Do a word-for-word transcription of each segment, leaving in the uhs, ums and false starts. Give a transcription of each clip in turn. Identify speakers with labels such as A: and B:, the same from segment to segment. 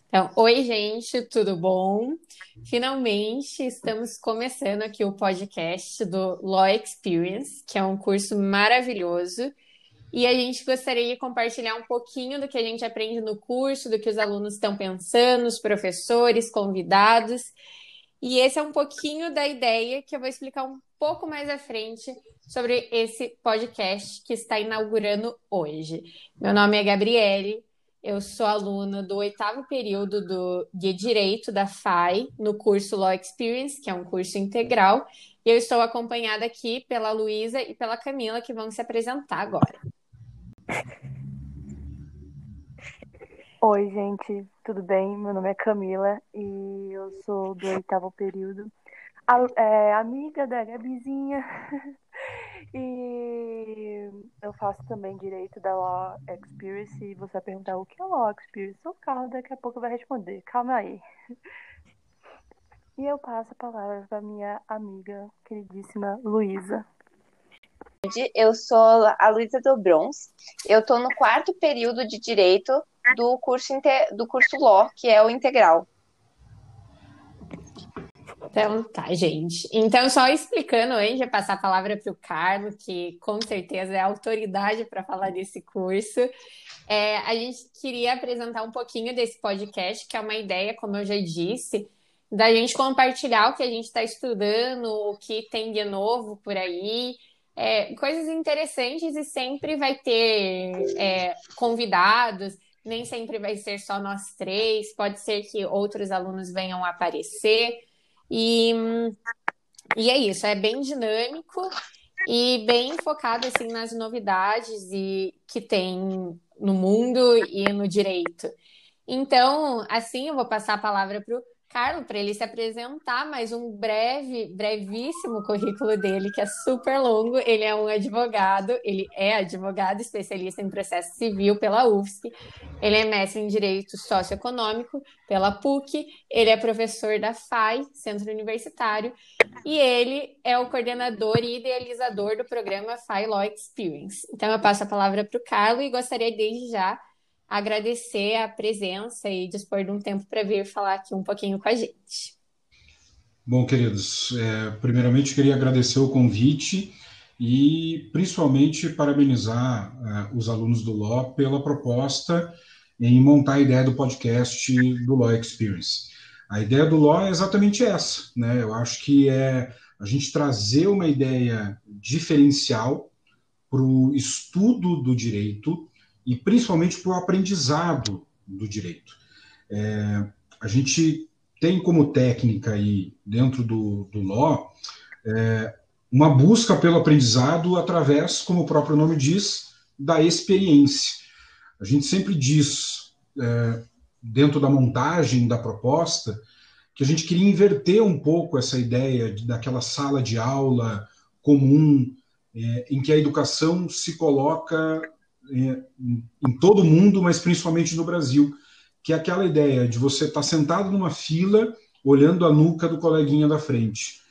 A: Então, oi, gente, tudo bom? Finalmente estamos começando aqui o podcast do Law Experience, que é um curso maravilhoso. E a gente gostaria de compartilhar um pouquinho do que a gente aprende no curso, do que os alunos estão pensando, os professores, convidados. E esse é um pouquinho da ideia que eu vou explicar um pouco mais à frente sobre esse podcast que está inaugurando hoje. Meu nome é Gabriele, eu sou aluna do oitavo período do, de Direito da F A I, no curso Law Experience, que é um curso integral, e eu estou acompanhada aqui pela Luísa e pela Camila, que vão se apresentar agora.
B: Oi, gente, tudo bem? Meu nome é Camila e eu sou do oitavo período, a- é, amiga da Gabizinha. E eu faço também direito da Law Experience. E você vai perguntar o que é Law Experience? O Carlos daqui a pouco vai responder. Calma aí. E eu passo a palavra para minha amiga queridíssima Luísa.
C: Eu sou a Luísa Dobrons. Eu estou no quarto período de Direito do curso, inte- do curso Law, que é o integral.
A: Então, tá, gente. Então, só explicando antes de passar a palavra para o Carlos, que com certeza é a autoridade para falar desse curso, é, a gente queria apresentar um pouquinho desse podcast, que é uma ideia, como eu já disse, da gente compartilhar o que a gente está estudando, o que tem de novo por aí, é, coisas interessantes e sempre vai ter é, convidados, nem sempre vai ser só nós três, pode ser que outros alunos venham a aparecer. E, e é isso, é bem dinâmico e bem focado assim nas novidades e que tem no mundo e no direito. Então, assim, eu vou passar a palavra para o Carlos para ele se apresentar, mas um breve, brevíssimo currículo dele, que é super longo. Ele é um advogado, ele é advogado especialista em processo civil pela U F S P, ele é mestre em Direito Socioeconômico pela P U C, ele é professor da F A I, Centro Universitário, e ele é o coordenador e idealizador do programa F A I Law Experience. Então, eu passo a palavra para o Carlos e gostaria desde já agradecer a presença e dispor de um tempo para vir falar aqui um pouquinho com a gente.
D: Bom, queridos, é, primeiramente queria agradecer o convite e principalmente parabenizar é, os alunos do Law pela proposta em montar a ideia do podcast do Law Experience. A ideia do Law é exatamente essa, né? Eu acho que é a gente trazer uma ideia diferencial para o estudo do direito e principalmente para o aprendizado do direito. É, a gente tem como técnica aí dentro do, do Law é, uma busca pelo aprendizado através, como o próprio nome diz, da experiência. A gente sempre diz, é, dentro da montagem da proposta, que a gente queria inverter um pouco essa ideia de, daquela sala de aula comum, é, em que a educação se coloca é, em todo o mundo, mas principalmente no Brasil, que é aquela ideia de você estar sentado numa fila, olhando a nuca do coleguinha da frente.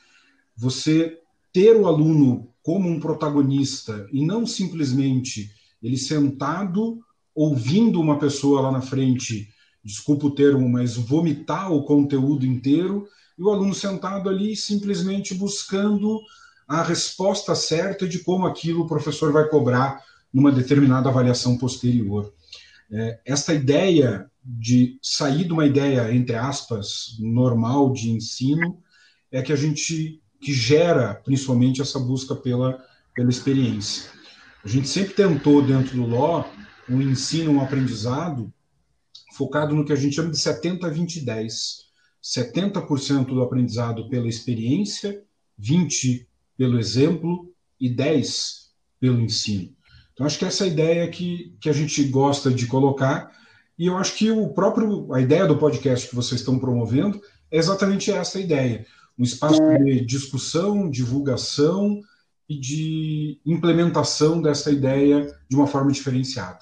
D: Você ter o aluno como um protagonista e não simplesmente ele sentado ouvindo uma pessoa lá na frente, desculpa o termo, mas vomitar o conteúdo inteiro, e o aluno sentado ali simplesmente buscando a resposta certa de como aquilo o professor vai cobrar numa determinada avaliação posterior. É, esta ideia de sair de uma ideia, entre aspas, normal de ensino, é que a gente, que gera principalmente essa busca pela, pela experiência. A gente sempre tentou, dentro do Law, um ensino, um aprendizado focado no que a gente chama de setenta, vinte, dez. setenta por cento do aprendizado pela experiência, vinte por cento pelo exemplo e dez por cento pelo ensino. Então, acho que essa é a ideia que, que a gente gosta de colocar, e eu acho que o próprio, a ideia do podcast que vocês estão promovendo é exatamente essa ideia. Um espaço de discussão, divulgação e de implementação dessa ideia de uma forma diferenciada.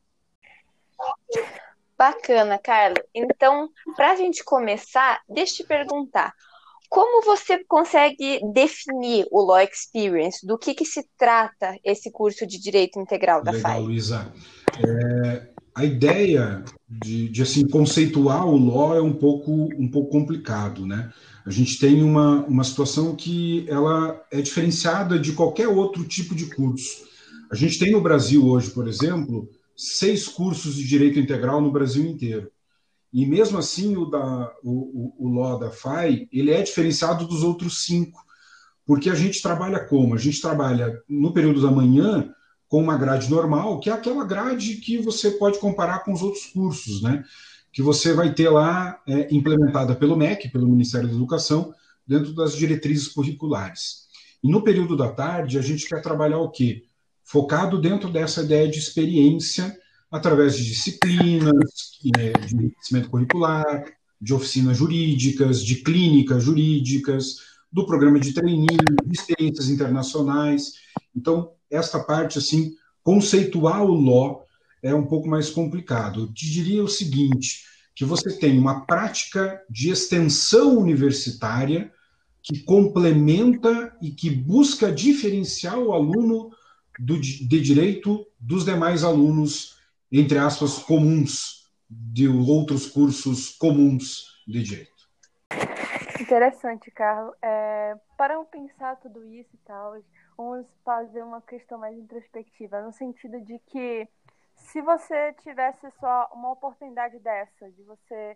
C: Bacana, Carlos. Então, para a gente começar, deixa eu te perguntar. Como você consegue definir o Law Experience? Do que, que se trata esse curso de Direito Integral da
D: Legal,
C: F A I?
D: Luísa. É, a ideia de, de assim, conceituar o law é um pouco, um pouco complicado, né? A gente tem uma, uma situação que ela é diferenciada de qualquer outro tipo de curso. A gente tem no Brasil hoje, por exemplo, seis cursos de direito integral no Brasil inteiro. E mesmo assim, o, da, o, o, o law da F A I, ele é diferenciado dos outros cinco, porque a gente trabalha como? A gente trabalha no período da manhã com uma grade normal, que é aquela grade que você pode comparar com os outros cursos, né? Que você vai ter lá é, implementada pelo M E C, pelo Ministério da Educação, dentro das diretrizes curriculares. E no período da tarde, a gente quer trabalhar o quê? Focado dentro dessa ideia de experiência, através de disciplinas, é, de enriquecimento curricular, de oficinas jurídicas, de clínicas jurídicas, do programa de trainee, de experiências internacionais. Então, esta parte, assim, conceituar o law é um pouco mais complicado. Eu te diria o seguinte, que você tem uma prática de extensão universitária que complementa e que busca diferenciar o aluno do, de direito dos demais alunos, entre aspas, comuns, de outros cursos comuns de direito.
B: Interessante, Carlos. É, para eu pensar tudo isso e tal, vamos fazer uma questão mais introspectiva, no sentido de que se você tivesse só uma oportunidade dessa, de você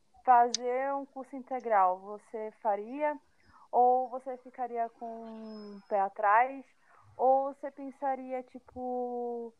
B: fazer um curso integral, você faria? Ou você ficaria com o pé atrás? Ou você pensaria, tipo,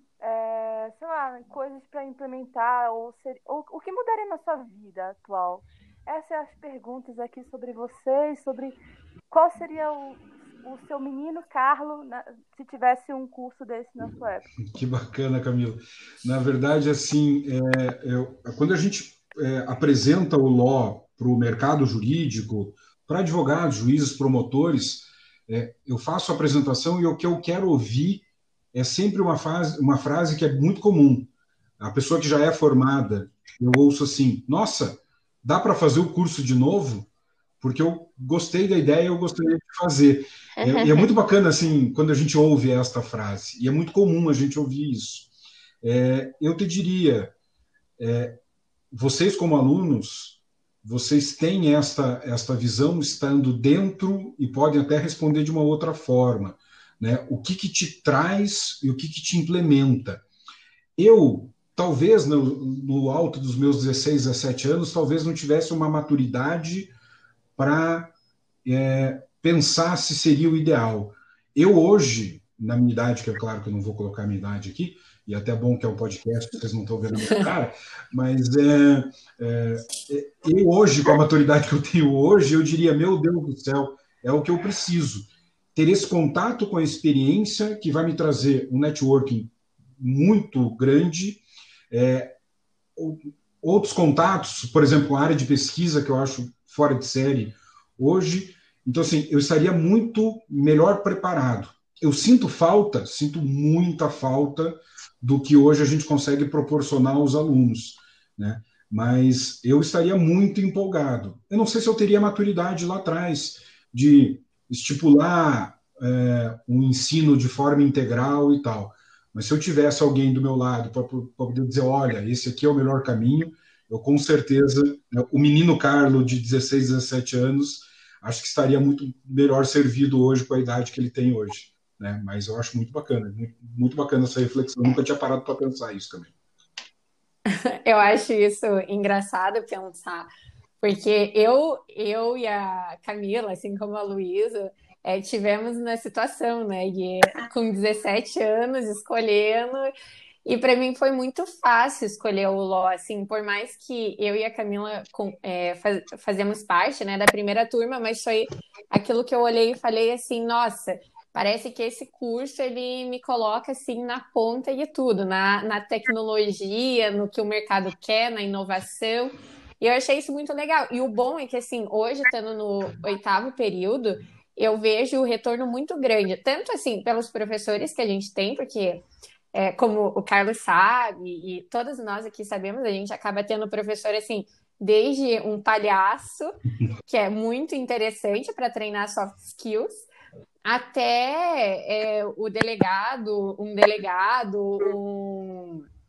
B: é, sei lá, coisas para implementar? Ou, ser, ou o que mudaria na sua vida atual? Essas são as perguntas aqui sobre você, sobre qual seria o, o seu menino Carlos na, se tivesse um curso desse na sua época.
D: Que bacana, Camila. Na verdade, assim, é, eu, quando a gente é, apresenta o law para o mercado jurídico, para advogados, juízes, promotores, é, eu faço a apresentação e o que eu quero ouvir é sempre uma, fase, uma frase que é muito comum. A pessoa que já é formada, eu ouço assim, nossa, dá para fazer o curso de novo? Porque eu gostei da ideia, eu gostaria de fazer. É, e é muito bacana, assim, quando a gente ouve esta frase, e é muito comum a gente ouvir isso. É, eu te diria, é, vocês como alunos, vocês têm esta, esta visão estando dentro e podem até responder de uma outra forma, né? O que que te traz e o que que te implementa? Eu, talvez, no, no alto dos meus dezesseis, dezessete anos, talvez não tivesse uma maturidade para é, pensar se seria o ideal. Eu hoje, na minha idade, que é claro que eu não vou colocar a minha idade aqui, e até bom que é um podcast, vocês não estão vendo a minha cara, mas é, é, eu hoje, com a maturidade que eu tenho hoje, eu diria, meu Deus do céu, é o que eu preciso. Ter esse contato com a experiência que vai me trazer um networking muito grande, é, outros contatos, por exemplo, a área de pesquisa, que eu acho fora de série hoje. Então, assim, eu estaria muito melhor preparado. Eu sinto falta, sinto muita falta do que hoje a gente consegue proporcionar aos alunos, né? Mas eu estaria muito empolgado. Eu não sei se eu teria maturidade lá atrás de estipular é, um ensino de forma integral e tal. Mas se eu tivesse alguém do meu lado para poder dizer, olha, esse aqui é o melhor caminho, eu com certeza, né, o menino Carlos de dezesseis, dezessete anos, acho que estaria muito melhor servido hoje com a idade que ele tem hoje, né? Mas eu acho muito bacana, muito, muito bacana essa reflexão. Eu nunca tinha parado para pensar isso também.
A: Eu acho isso engraçado pensar, porque eu, eu e a Camila, assim como a Luísa, é, tivemos na situação, né? E com dezessete anos escolhendo. E para mim foi muito fácil escolher o law, assim, por mais que eu e a Camila com, é, faz, fazemos parte, né, da primeira turma, mas foi aquilo que eu olhei e falei assim, nossa, parece que esse curso ele me coloca assim na ponta de tudo, na, na tecnologia, no que o mercado quer, na inovação. E eu achei isso muito legal. E o bom é que assim, hoje, estando no oitavo período, eu vejo o retorno muito grande, tanto assim pelos professores que a gente tem, porque É, como o Carlos sabe, e todos nós aqui sabemos, a gente acaba tendo professor, assim, desde um palhaço, que é muito interessante para treinar soft skills, até é, o delegado, um delegado, um,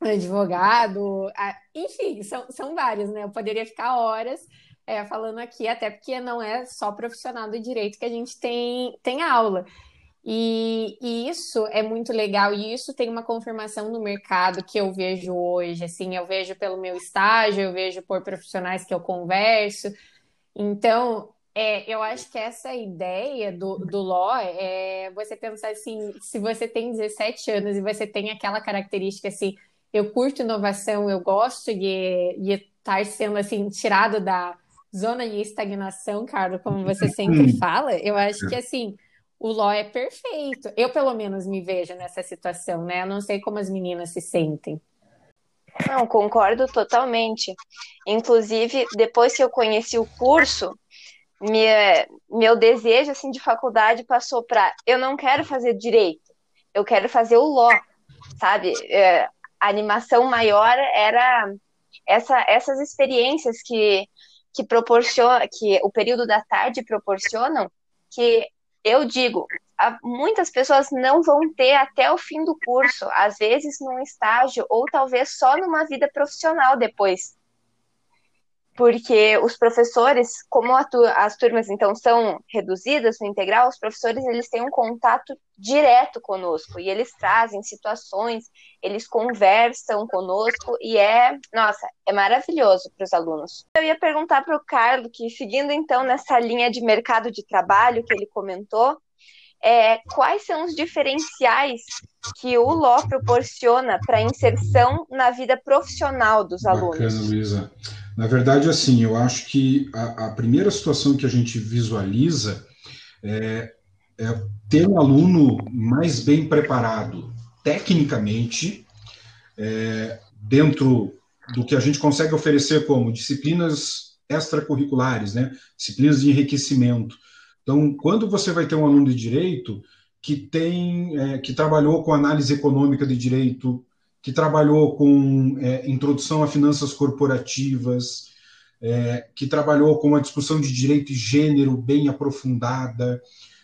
A: advogado, a- enfim, são, são vários, né? Eu poderia ficar horas é, falando aqui, até porque não é só profissional do direito que a gente tem, tem aula. E, e isso é muito legal, e isso tem uma confirmação no mercado que eu vejo hoje, assim, eu vejo pelo meu estágio, eu vejo por profissionais que eu converso. Então, é, eu acho que essa ideia do, do law é você pensar assim, se você tem dezessete anos e você tem aquela característica assim, eu curto inovação, eu gosto de, de estar sendo assim, tirado da zona de estagnação, Carlos, como você sempre
D: Hum,
A: fala, eu acho que assim, o law é perfeito. Eu, pelo menos, me vejo nessa situação, né? Eu não sei como as meninas se sentem.
C: Não, concordo totalmente. Inclusive, depois que eu conheci o curso, minha, meu desejo assim de faculdade passou para eu não quero fazer direito, eu quero fazer o law, sabe? É, a animação maior era essa, essas experiências que que proporciona, que o período da tarde proporcionam, que eu digo, a- muitas pessoas não vão ter até o fim do curso, às vezes num estágio ou talvez só numa vida profissional depois, porque os professores, como a tu- as turmas então são reduzidas no integral, os professores eles têm um contato direto conosco e eles trazem situações, eles conversam conosco e é, nossa, é maravilhoso para os alunos. Eu ia perguntar para o Carlos que, seguindo então nessa linha de mercado de trabalho que ele comentou, é, quais são os diferenciais que o Law proporciona para a inserção na vida profissional dos
D: bacana,
C: alunos?
D: Luísa. Na verdade, assim, eu acho que a, a primeira situação que a gente visualiza é ter um aluno mais bem preparado tecnicamente, dentro do que a gente consegue oferecer como disciplinas extracurriculares, né? Disciplinas de enriquecimento. Então, quando você vai ter um aluno de direito que tem, é, que trabalhou com análise econômica de direito, que trabalhou com é, introdução a finanças corporativas, é, que trabalhou com uma discussão de direito e gênero bem aprofundada,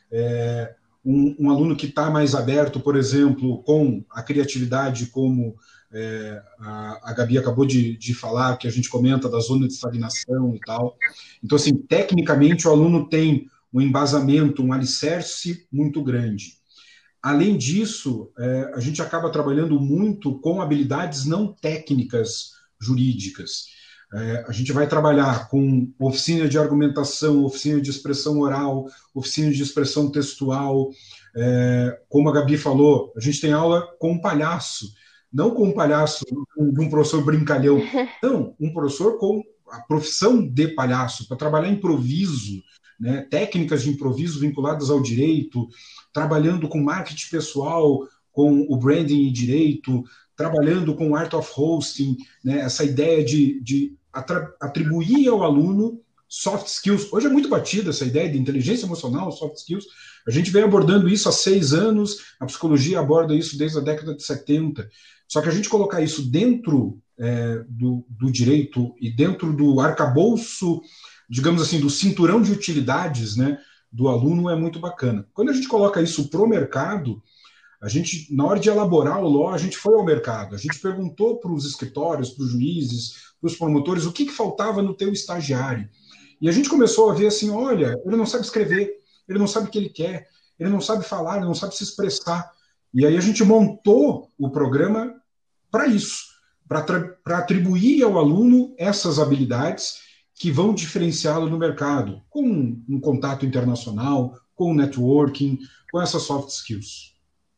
D: é, um, um aluno que está mais aberto, por exemplo, com a criatividade, como é, a, a Gabi acabou de, de falar, que a gente comenta da zona de estagnação e tal. Então, assim, tecnicamente, o aluno tem um embasamento, um alicerce muito grande. Além disso, é, a gente acaba trabalhando muito com habilidades não técnicas jurídicas. É, a gente vai trabalhar com oficina de argumentação, oficina de expressão oral, oficina de expressão textual. É, como a Gabi falou, a gente tem aula com um palhaço, não com um palhaço de um professor brincalhão, não, um professor com a profissão de palhaço, para trabalhar improviso, né, técnicas de improviso vinculadas ao direito, trabalhando com marketing pessoal, com o branding e direito, trabalhando com art of hosting, né, essa ideia de, de atribuir ao aluno soft skills. Hoje é muito batida essa ideia de inteligência emocional, soft skills. A gente vem abordando isso há seis anos, a psicologia aborda isso desde a década de setenta. Só que a gente colocar isso dentro é, do, do direito e dentro do arcabouço, digamos assim, do cinturão de utilidades, né, do aluno é muito bacana. Quando a gente coloca isso para o mercado, a gente, na hora de elaborar o law, a gente foi ao mercado, a gente perguntou para os escritórios, para os juízes, para os promotores, o que, que faltava no teu estagiário. E a gente começou a ver assim, olha, ele não sabe escrever, ele não sabe o que ele quer, ele não sabe falar, ele não sabe se expressar. E aí a gente montou o programa para isso, para atribuir ao aluno essas habilidades que vão diferenciá-lo no mercado, com um contato internacional, com networking, com essas soft skills.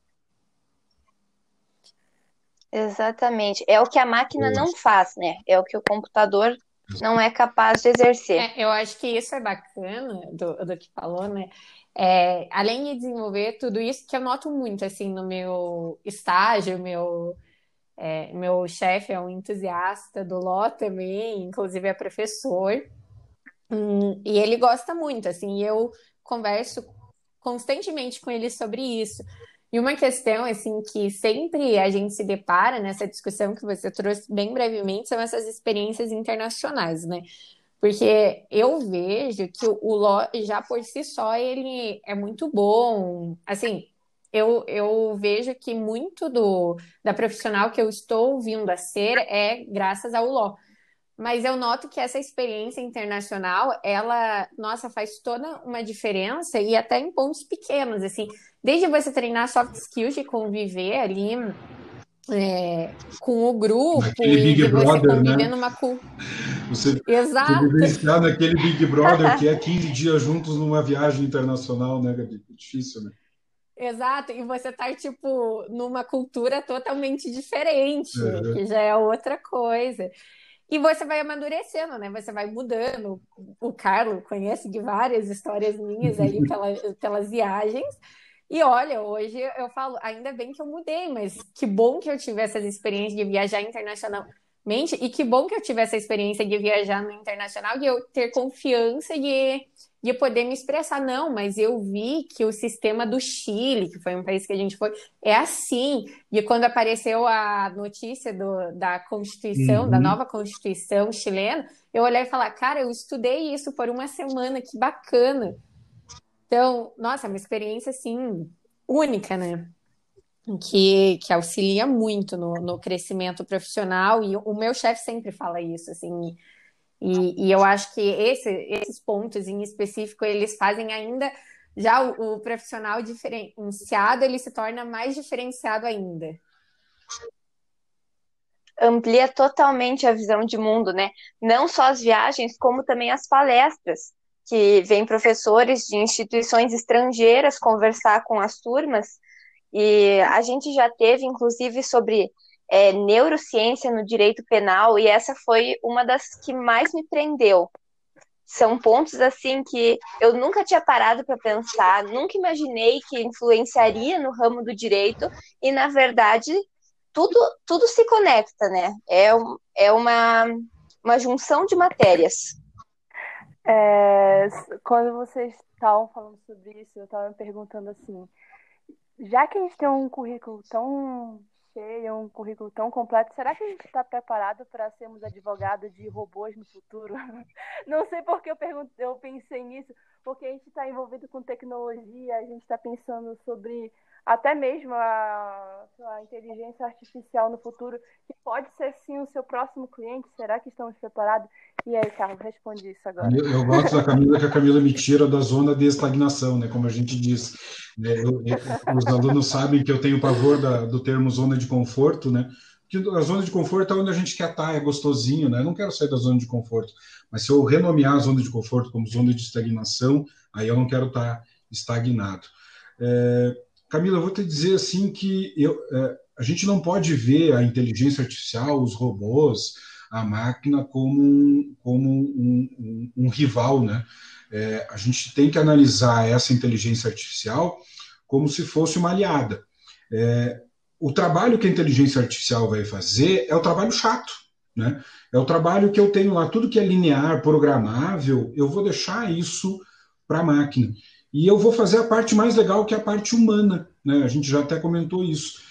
C: Exatamente. É o que a máquina não faz, né? É o que o computador não é capaz de exercer.
A: É, eu acho que isso é bacana do, do que falou, né? É, além de desenvolver tudo isso, que eu noto muito, assim, no meu estágio, meu, é, meu chefe é um entusiasta do Ló também, inclusive é professor, hum, e ele gosta muito, assim, e eu converso constantemente com ele sobre isso. E uma questão, assim, que sempre a gente se depara nessa discussão que você trouxe bem brevemente são essas experiências internacionais, né? Porque eu vejo que o Ló, já por si só, ele é muito bom. Assim, eu, eu vejo que muito do, da profissional que eu estou vindo a ser é graças ao Law. Mas eu noto que essa experiência internacional, ela, nossa, faz toda uma diferença e até em pontos pequenos, assim. Desde você treinar soft skills de conviver ali é, com o grupo
D: Naquele
A: e
D: Big
A: de você
D: Brother,
A: conviver
D: né?
A: numa cultura.
D: Você, você
A: Exato,
D: vivenciar naquele Big Brother que é quinze dias juntos numa viagem internacional, né, Gabi? É difícil, né?
A: exato. E você tá, tipo, numa cultura totalmente diferente,
D: Uhum.
A: que já é outra coisa. E você vai amadurecendo, né? Você vai mudando. O Carlos conhece de várias histórias minhas aí pela, pelas viagens. E olha, hoje eu falo, ainda bem que eu mudei, mas que bom que eu tive essas experiências de viajar internacionalmente e que bom que eu tive essa experiência de viajar no internacional e eu ter confiança de, de poder me expressar. Não, mas eu vi que o sistema do Chile, que foi um país que a gente foi, é assim. E quando apareceu a notícia do, da Constituição, da
D: Uhum.
A: nova Constituição chilena, eu olhei e falei, cara, eu estudei isso por uma semana, que bacana. Então, nossa, é uma experiência, assim, única, né? Que, que auxilia muito no, no crescimento profissional. E o meu chefe sempre fala isso, assim. E, e eu acho que esse, esses pontos em específico, eles fazem ainda... Já o, o profissional diferenciado, ele se torna mais diferenciado ainda.
C: Amplia totalmente a visão de mundo, né? Não só as viagens, como também as palestras, que vêm professores de instituições estrangeiras conversar com as turmas, e a gente já teve, inclusive, sobre é, neurociência no direito penal, e essa foi uma das que mais me prendeu. São pontos, assim, que eu nunca tinha parado para pensar, nunca imaginei que influenciaria no ramo do direito, e, na verdade, tudo, tudo se conecta, né? É, um, é uma, uma junção de matérias.
B: É, quando vocês estavam falando sobre isso, eu estava me perguntando assim, já que a gente tem um currículo tão cheio, um currículo tão completo, será que a gente está preparado para sermos advogados de robôs no futuro? Não sei por que eu, pergunto, eu pensei nisso, porque a gente está envolvido com tecnologia, a gente está pensando sobre até mesmo a, a inteligência artificial no futuro, que pode ser sim o seu próximo cliente. Será que estamos preparados? E aí, Carlos, responde isso agora.
D: Eu, eu gosto da Camila, que a Camila me tira da zona de estagnação, né? Como a gente diz. Né? Eu, eu, os alunos sabem que eu tenho pavor da, do termo zona de conforto, né? Porque a zona de conforto é onde a gente quer estar, é gostosinho, né? Eu não quero sair da zona de conforto. Mas se eu renomear a zona de conforto como zona de estagnação, aí eu não quero estar estagnado. É, Camila, eu vou te dizer assim que eu, é, a gente não pode ver a inteligência artificial, os robôs, a máquina como um, como um, um, um rival, né? É, a gente tem que analisar essa inteligência artificial como se fosse uma aliada. É, o trabalho que a inteligência artificial vai fazer é o trabalho chato, né? É o trabalho que eu tenho lá, tudo que é linear, programável, eu vou deixar isso para a máquina. E eu vou fazer a parte mais legal, que é a parte humana, né? A gente já até comentou isso.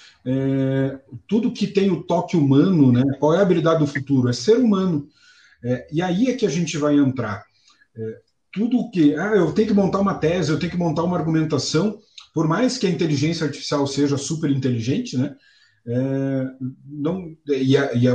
D: É, tudo que tem o toque humano, né? Qual é a habilidade do futuro? É ser humano. É, e aí é que a gente vai entrar. É, tudo que... Ah, eu tenho que montar uma tese, eu tenho que montar uma argumentação, por mais que a inteligência artificial seja super inteligente, né? É, não, e a, e a,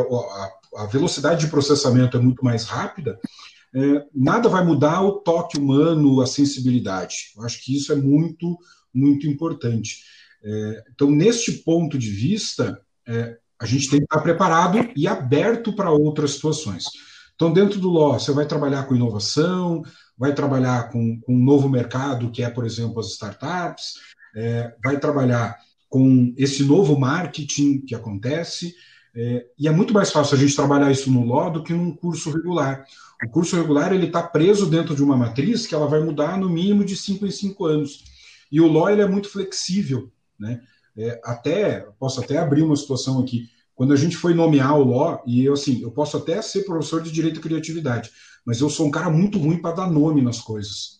D: a velocidade de processamento é muito mais rápida, é, nada vai mudar o toque humano, a sensibilidade. Eu acho que isso é muito, muito importante. É, então, neste ponto de vista, é, a gente tem que estar preparado e aberto para outras situações. Então, dentro do Law, você vai trabalhar com inovação, vai trabalhar com, com um novo mercado, que é, por exemplo, as startups, é, vai trabalhar com esse novo marketing que acontece, é, e é muito mais fácil a gente trabalhar isso no Law do que num curso regular. O curso regular ele está preso dentro de uma matriz que ela vai mudar no mínimo de cinco em cinco anos. E o Law ele é muito flexível, né? É, até, posso até abrir uma situação aqui. Quando a gente foi nomear o Law, e eu, assim, eu posso até ser professor de Direito e Criatividade, mas eu sou um cara muito ruim para dar nome nas coisas.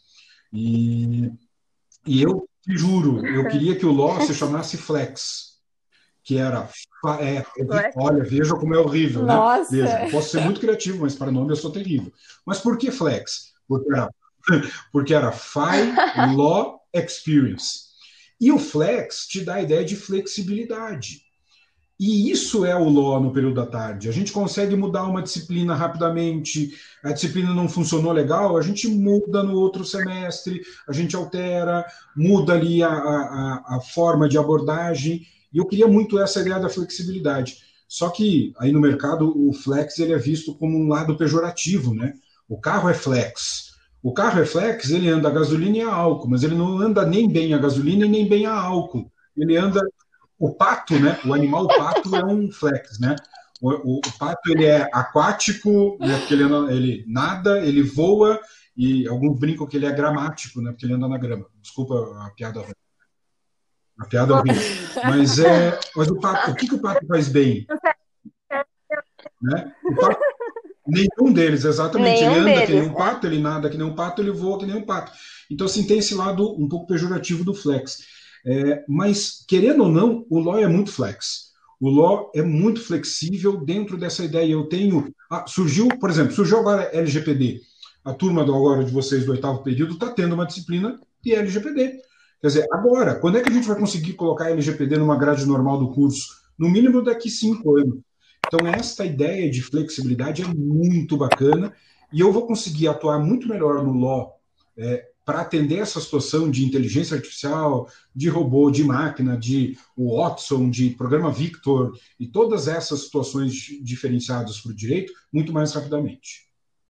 D: E, e eu te juro, eu queria que o Law se chamasse Flex, que era... É, olha, veja como é horrível, né?
A: Nossa!
D: Veja, eu posso ser muito criativo, mas para nome eu sou terrível. Mas por que Flex? Porque era, porque era Fi Law Experience. E o flex te dá a ideia de flexibilidade. E isso é o Law no período da tarde. A gente consegue mudar uma disciplina rapidamente, a disciplina não funcionou legal, a gente muda no outro semestre, a gente altera, muda ali a, a, a forma de abordagem, e eu queria muito essa ideia da flexibilidade. Só que aí no mercado o flex ele é visto como um lado pejorativo, né? O carro é flex. O carro é flex, ele anda a gasolina e a álcool, mas ele não anda nem bem a gasolina e nem bem a álcool. Ele anda... O pato, né? O animal pato é um flex, né? O, o, o pato ele é aquático, né? Porque ele, anda, ele nada, ele voa, e alguns brincam que ele é gramático, né? Porque ele anda na grama. Desculpa a piada, a piada horrível. Mas é, mas o pato, o que, que o pato faz bem? Né? O pato, nenhum deles, exatamente.
C: Nenhum
D: ele anda
C: deles,
D: que nem um
C: né?
D: pato, ele nada que nem um pato, ele voa que nem um pato. Então, assim, tem esse lado um pouco pejorativo do flex. É, mas, querendo ou não, o Law é muito flex. O Law é muito flexível dentro dessa ideia. Eu tenho... Ah, surgiu, por exemplo, surgiu agora L G P D. A turma do, agora de vocês do oitavo período está tendo uma disciplina de L G P D. Quer dizer, agora, quando é que a gente vai conseguir colocar L G P D numa grade normal do curso? No mínimo daqui cinco anos. Então, esta ideia de flexibilidade é muito bacana e eu vou conseguir atuar muito melhor no Law é, para atender essa situação de inteligência artificial, de robô, de máquina, de Watson, de programa Victor, e todas essas situações diferenciadas para o direito, muito mais rapidamente.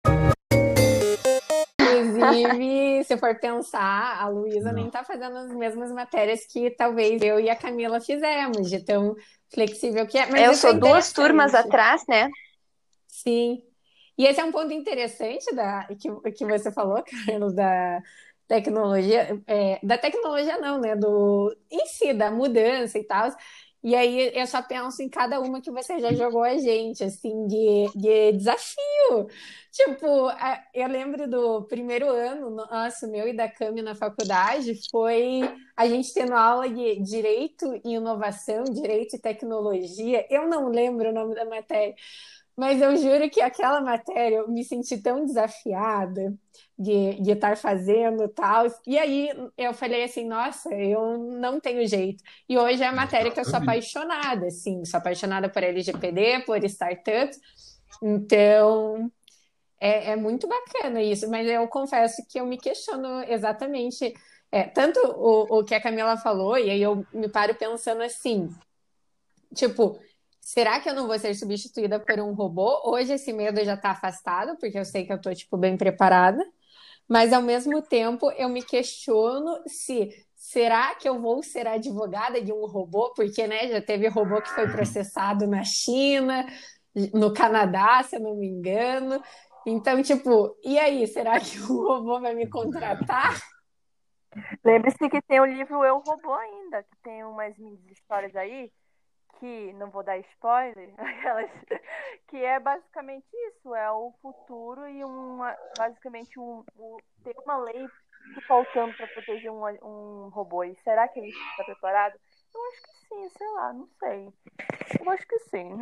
A: Inclusive, se for pensar, a Luísa nem está fazendo as mesmas matérias que talvez eu e a Camila fizemos, de tão flexível que é. Mas
C: Eu
A: isso é
C: sou duas turmas
A: interessante.
C: atrás, né?
A: Sim. E esse é um ponto interessante da, que, que você falou, Carlos, da tecnologia, é, da tecnologia não, né? Do, em si, da mudança e tal. E aí eu só penso em cada uma que você já jogou a gente, assim, de, de desafio. Tipo, a- eu lembro do primeiro ano, nosso, meu e da Cami na faculdade, foi a gente tendo aula de Direito e Inovação, Direito e Tecnologia. Eu não lembro o nome da matéria, mas eu juro que aquela matéria eu me senti tão desafiada de, de estar fazendo tal. E aí eu falei assim, nossa, eu não tenho jeito. E hoje é a matéria que eu sou
D: Exatamente.
A: apaixonada, assim, sou apaixonada por L G P D, por startups. Então, é, é muito bacana isso, mas eu confesso que eu me questiono exatamente, é, tanto o, o que a Camila falou, e aí eu me paro pensando assim, tipo, será que eu não vou ser substituída por um robô? Hoje esse medo já tá afastado, porque eu sei que eu tô, tipo, bem preparada. Mas, ao mesmo tempo, eu me questiono se será que eu vou ser advogada de um robô? Porque, né, já teve robô que foi processado na China, no Canadá, se eu não me engano. Então, tipo, e aí, será que o robô vai me contratar?
B: Lembre-se que tem o livro Eu, Robô ainda, que tem umas mini histórias aí, que não vou dar spoiler, aquelas, que é basicamente isso, é o futuro e uma, basicamente um, um, tem uma lei faltando para proteger um, um robô. E será que ele está preparado? Eu acho que sim, sei lá, não sei. Eu acho que sim.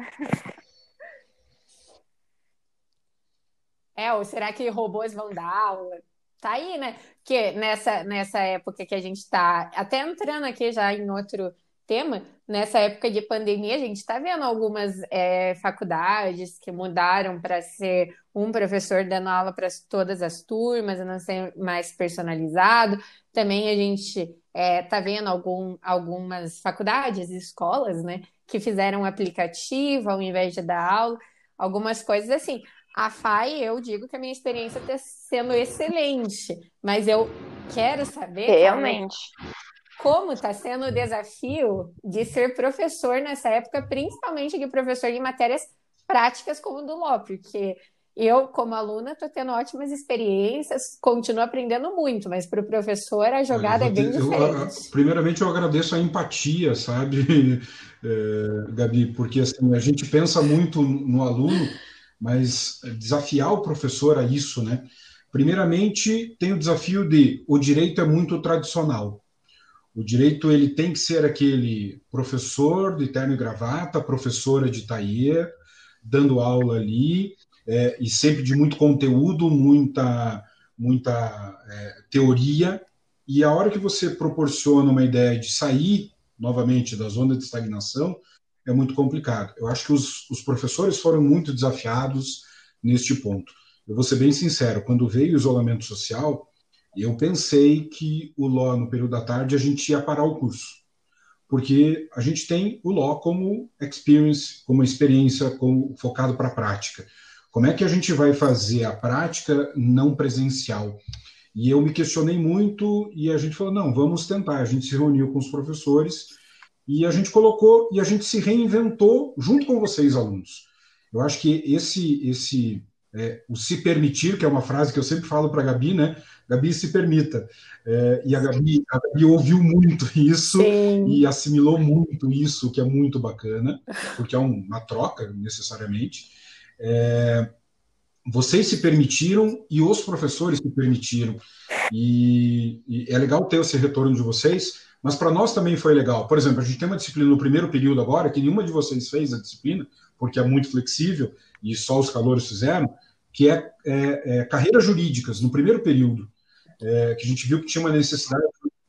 A: É, ou será que robôs vão dar aula? Tá aí, né? Porque nessa, nessa época que a gente está até entrando aqui já em outro tema, nessa época de pandemia, a gente está vendo algumas é, faculdades que mudaram para ser um professor dando aula para todas as turmas, não ser mais personalizado. Também a gente está vendo algum, algumas faculdades, escolas, né, que fizeram um aplicativo ao invés de dar aula, algumas coisas assim. A F A I, eu digo que a minha experiência está sendo excelente, mas eu quero saber, Carla,
C: Realmente.
A: como está sendo o desafio de ser professor nessa época, principalmente de professor de matérias práticas como o do Ló, porque eu, como aluna, estou tendo ótimas experiências, continuo aprendendo muito, mas para o professor a
D: Olha, eu
A: jogada é
D: vou
A: bem
D: ter, eu, a- a-
A: diferente.
D: primeiramente, eu agradeço a empatia, sabe, é, Gabi, porque assim, a gente pensa muito no aluno, mas desafiar o professor a isso, né? Primeiramente, tem o desafio de o direito é muito tradicional. O direito ele tem que ser aquele professor de terno e gravata, professora de tailleur, dando aula ali, é, e sempre de muito conteúdo, muita, muita é, teoria, e a hora que você proporciona uma ideia de sair novamente da zona de estagnação, é muito complicado. Eu acho que os, os professores foram muito desafiados neste ponto. Eu vou ser bem sincero, quando veio o isolamento social, eu pensei que o L O no período da tarde a gente ia parar o curso, porque a gente tem o L O como experience, como experiência, como focado para a prática. Como é que a gente vai fazer a prática não presencial? E eu me questionei muito e a gente falou, não, vamos tentar. A gente se reuniu com os professores e a gente colocou e a gente se reinventou junto com vocês, alunos. Eu acho que esse, esse é, o se permitir, que é uma frase que eu sempre falo para a Gabi, né? Gabi, se permita. É, e a Gabi, a Gabi ouviu muito isso
A: Sim.
D: E assimilou muito isso, que é muito bacana, porque é uma troca, necessariamente. É, vocês se permitiram e os professores se permitiram. E, e é legal ter esse retorno de vocês, mas para nós também foi legal. Por exemplo, a gente tem uma disciplina no primeiro período agora, que nenhuma de vocês fez a disciplina, porque é muito flexível, e só os calouros fizeram, que é, é, é carreiras jurídicas, no primeiro período, é, que a gente viu que tinha uma necessidade.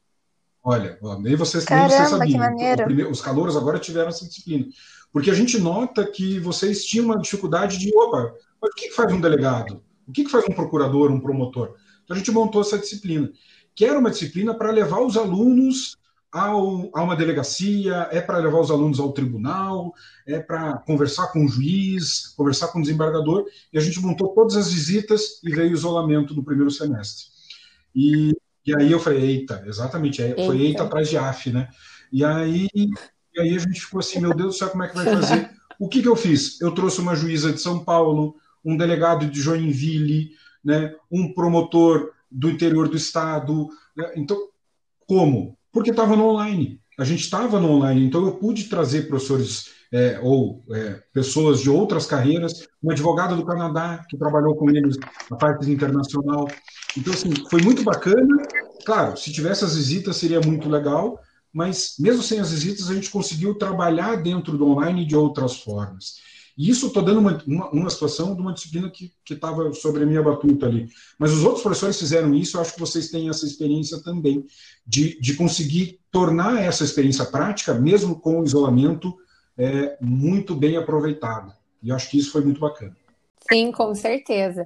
D: Olha, ó, nem vocês nem vocês
C: Caramba, que
D: sabiam.
C: maneiro.
D: O primeiro, os calouros agora tiveram essa disciplina. Porque a gente nota que vocês tinham uma dificuldade de, opa, mas o que que faz um delegado? O que que faz um procurador, um promotor? Então a gente montou essa disciplina, que era uma disciplina para levar os alunos ao, a uma delegacia, é para levar os alunos ao tribunal, é para conversar com o juiz, conversar com o desembargador, e a gente montou todas as visitas e veio o isolamento no primeiro semestre. E E aí eu falei, eita, exatamente, foi eita, eita atrás de af, né? E aí, e aí a gente ficou assim, meu Deus do céu, como é que vai fazer? O que que eu fiz? Eu trouxe uma juíza de São Paulo, um delegado de Joinville, né, um promotor do interior do estado. Né? Então, como? Porque estava no online. A gente estava no online, então eu pude trazer professores é, ou é, pessoas de outras carreiras, um advogado do Canadá que trabalhou com eles na parte internacional. Então, assim, foi muito bacana. Claro, se tivesse as visitas seria muito legal, mas mesmo sem as visitas a gente conseguiu trabalhar dentro do online de outras formas. E isso estou dando uma, uma, uma situação de uma disciplina que estava sobre a minha batuta ali. Mas os outros professores fizeram isso, eu acho que vocês têm essa experiência também, de, de conseguir tornar essa experiência prática, mesmo com o isolamento, é, muito bem aproveitada. E eu acho que isso foi muito bacana.
A: Sim, com certeza.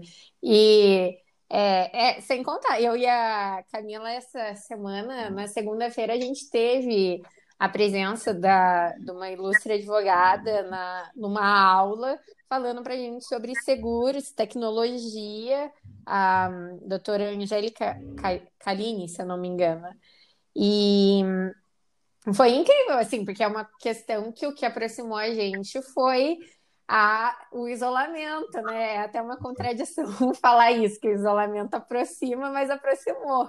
A: E é, é, sem contar, eu e a Camila essa semana, na segunda-feira, a gente teve a presença da, de uma ilustre advogada na, numa aula falando para a gente sobre seguros, tecnologia, a doutora Angélica Calini, se eu não me engano. E foi incrível, assim, porque é uma questão que o que aproximou a gente foi a, o isolamento, né? É até uma contradição falar isso, que o isolamento aproxima, mas aproximou.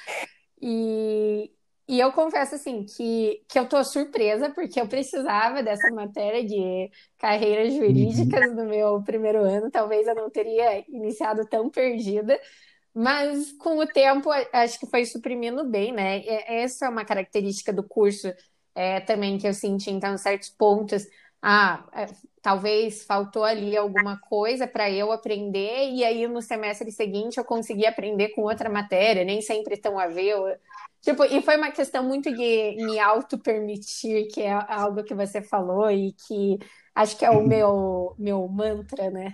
A: E, e eu confesso, assim, que, que eu tô surpresa, porque eu precisava dessa matéria de carreiras jurídicas no meu primeiro ano, talvez eu não teria iniciado tão perdida, mas com o tempo acho que foi suprimindo bem, né? Essa é uma característica do curso é, também que eu senti, então, em certos pontos, ah, é, talvez faltou ali alguma coisa para eu aprender, e aí no semestre seguinte eu consegui aprender com outra matéria, nem sempre tão a ver. Eu, tipo, e foi uma questão muito de me auto-permitir, que é algo que você falou e que acho que é o meu, meu mantra, né?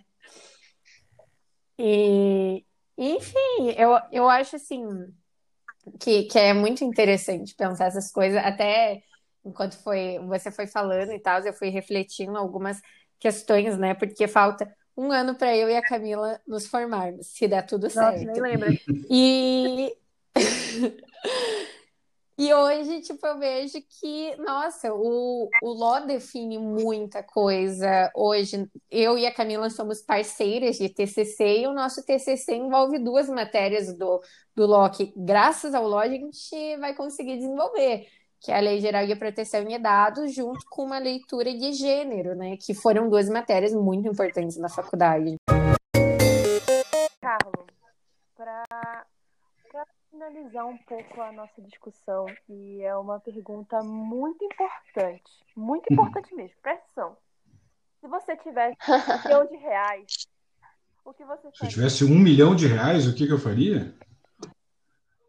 A: E, enfim, eu, eu acho assim que, que é muito interessante pensar essas coisas, até enquanto foi, você foi falando e tal, eu fui refletindo algumas questões, né? Porque falta um ano para eu e a Camila nos formarmos, se der tudo
B: Nossa,
A: certo.
B: nem lembra.
A: E E hoje, tipo, eu vejo que, nossa, o, o L O define muita coisa. Hoje, eu e a Camila somos parceiras de T C C e o nosso T C C envolve duas matérias do, do L O que, graças ao L O, a gente vai conseguir desenvolver, que é a Lei Geral de Proteção de Dados, junto com uma leitura de gênero, né? Que foram duas matérias muito importantes na faculdade.
B: Carlos, para finalizar um pouco a nossa discussão, e é uma pergunta muito importante, muito importante mesmo, presta atenção. Se você tivesse um milhão de reais, o que você faria?
D: Se eu tivesse um milhão de reais, o que, que eu faria?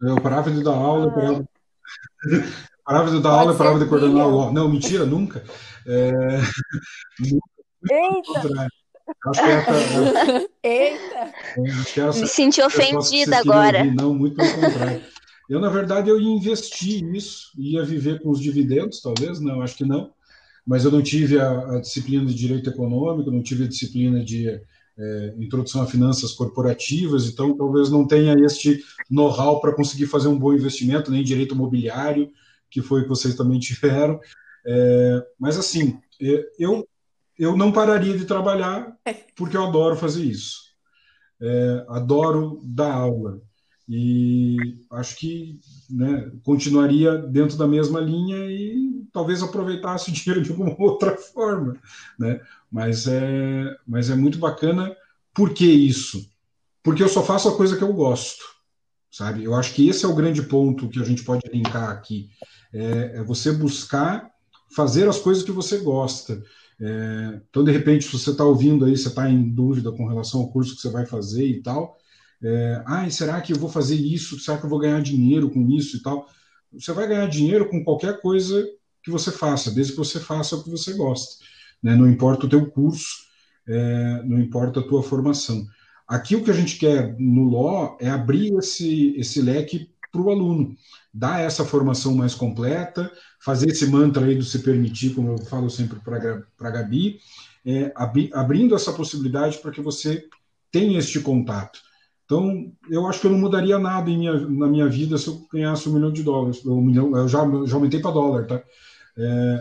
D: Eu parava de dar aula, eu
B: Aham.
D: parava, parava de dar aula,
A: Pode
D: eu parava
A: ser
D: de coordenar o
A: William.
D: L O. Não, mentira, nunca. É, muito ao
B: Eita!
D: contrário. Acho que essa,
A: Eita!
D: acho que era
C: Me
D: essa
C: senti
D: a resposta que
C: ofendida
D: vocês queriam
C: agora.
D: ouvir, não, muito pelo contrário. Eu, na verdade, eu ia investir isso, ia viver com os dividendos, talvez, não, acho que não, mas eu não tive a, a disciplina de direito econômico, não tive a disciplina de é, introdução a finanças corporativas, então talvez não tenha este know-how para conseguir fazer um bom investimento, nem direito imobiliário, que foi o que vocês também tiveram. É, mas, assim, é, eu, eu não pararia de trabalhar porque eu adoro fazer isso. É, adoro dar aula e acho que, né, continuaria dentro da mesma linha e talvez aproveitasse o dinheiro de alguma outra forma, né? Mas é, mas é muito bacana. Por que isso? Porque eu só faço a coisa que eu gosto, sabe? Eu acho que esse é o grande ponto que a gente pode linkar aqui. É, é você buscar fazer as coisas que você gosta. É, então, de repente, se você está ouvindo aí, você está em dúvida com relação ao curso que você vai fazer e tal, é, ah, será que eu vou fazer isso? Será que eu vou ganhar dinheiro com isso e tal? Você vai ganhar dinheiro com qualquer coisa que você faça, desde que você faça o que você gosta, né? Não importa o teu curso, é, não importa a tua formação. Aqui o que a gente quer no Law é abrir esse, esse leque para o aluno, dar essa formação mais completa, fazer esse mantra aí do se permitir, como eu falo sempre para a Gabi, é, abri, abrindo essa possibilidade para que você tenha este contato. Então, eu acho que eu não mudaria nada em minha, na minha vida se eu ganhasse um milhão de dólares. Um milhão, eu já, já aumentei para dólar, tá? É,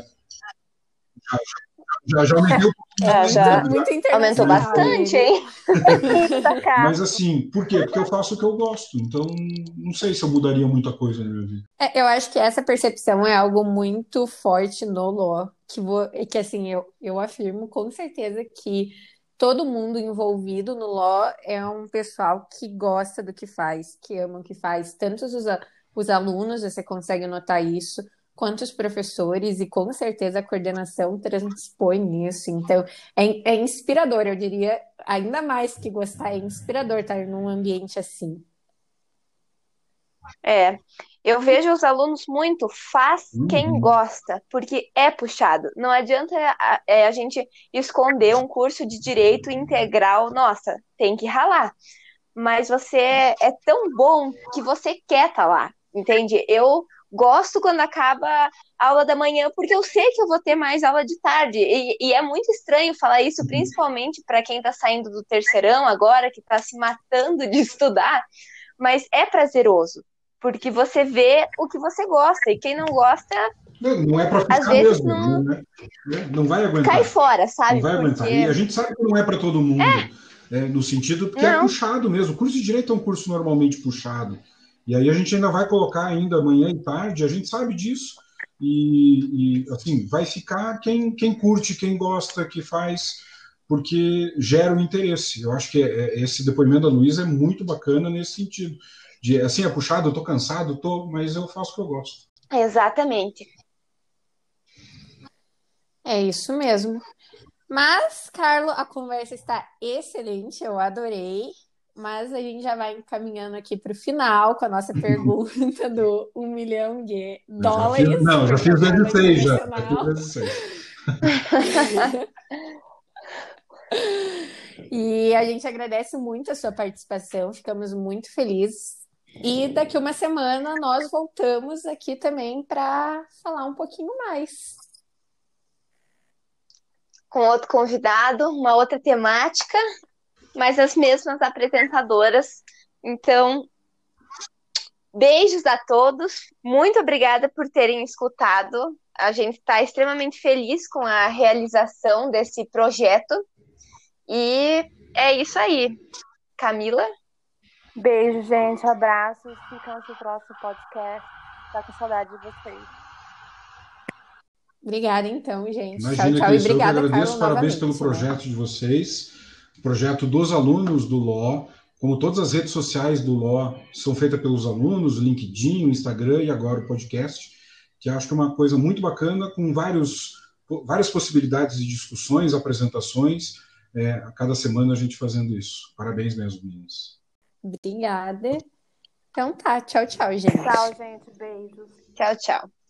D: já, já aumentei um
A: É
D: pouquinho
C: É,
A: muito,
C: já
D: mais,
A: muito
C: aumentou
D: mas,
A: internacional
C: bastante,
A: ele.
C: hein?
B: Eita,
D: mas
B: cara!
D: assim, por quê? Porque eu faço o que eu gosto. Então, não sei se eu mudaria muita coisa na minha vida.
A: É, eu acho que essa percepção é algo muito forte no Ló, que, vo- e que assim, eu, eu afirmo com certeza que todo mundo envolvido no Ló é um pessoal que gosta do que faz, que ama o que faz, tanto os, a- os alunos, você consegue notar isso, quanto os professores, e com certeza a coordenação transpõe isso. Então, é, é inspirador, eu diria, ainda mais que gostar, é inspirador estar num ambiente assim.
C: É, eu vejo os alunos muito, faz quem
D: Uhum.
C: gosta, porque é puxado. Não adianta a, é, a gente esconder um curso de direito integral, nossa, tem que ralar. Mas você é tão bom que você quer estar lá, entende? Eu gosto quando acaba a aula da manhã, porque eu sei que eu vou ter mais aula de tarde. E, e é muito estranho falar isso, principalmente para quem está saindo do terceirão agora, que está se matando de estudar, mas é prazeroso, porque você vê o que você gosta, e quem não gosta,
D: Não, não é para
C: às
D: ficar
C: vezes
D: mesmo,
C: não
D: não, é, né? Não vai
C: cai
D: aguentar,
C: fora,
D: não
C: sabe?
D: vai aguentar. E a
C: Porque,
D: gente sabe que não é para todo mundo, né? No sentido porque é
C: não,
D: puxado mesmo. O curso de direito é um curso normalmente puxado. E aí a gente ainda vai colocar ainda manhã e tarde, a gente sabe disso. E, e assim, vai ficar quem, quem curte, quem gosta, que faz, porque gera o interesse. Eu acho que é- é- esse depoimento da Luísa é muito bacana nesse sentido. De, assim, é puxado, eu tô cansado, tô, mas eu faço o que eu gosto.
C: exatamente.
A: É isso mesmo. Mas, Carlo, a conversa está excelente, eu adorei. Mas a gente já vai encaminhando aqui para o final com a nossa pergunta do um milhão de
D: Eu já fiz,
A: dólares,
D: não, já
A: porque é
D: fiz
A: uma forma
D: vezes seis, já. Já fiz
A: internacional.
D: vezes seis.
A: E a gente agradece muito a sua participação, ficamos muito felizes. E daqui uma semana nós voltamos aqui também para falar um pouquinho mais.
C: Com outro convidado, uma outra temática, mas as mesmas apresentadoras. Então, beijos a todos. Muito obrigada por terem escutado. A gente está extremamente feliz com a realização desse projeto. E é isso aí. Camila?
B: Beijo, gente. Abraços. Ficam no próximo podcast. Tá com saudade de vocês.
A: Obrigada, então, gente. Tchau,
D: Imagina que
A: tchau. E
D: isso. Eu que
A: obrigada, Carlo,
D: agradeço, parabéns pelo
A: novamente, né?
D: projeto de vocês, projeto dos alunos do L O. Como todas as redes sociais do L O são feitas pelos alunos, o LinkedIn, o Instagram e agora o podcast, que acho que é uma coisa muito bacana, com vários, várias possibilidades de discussões, apresentações, é, a cada semana a gente fazendo isso. Parabéns mesmo, meninas.
A: Obrigada. Então tá, tchau, tchau, gente.
B: Tchau, gente. Beijos.
C: Tchau, tchau.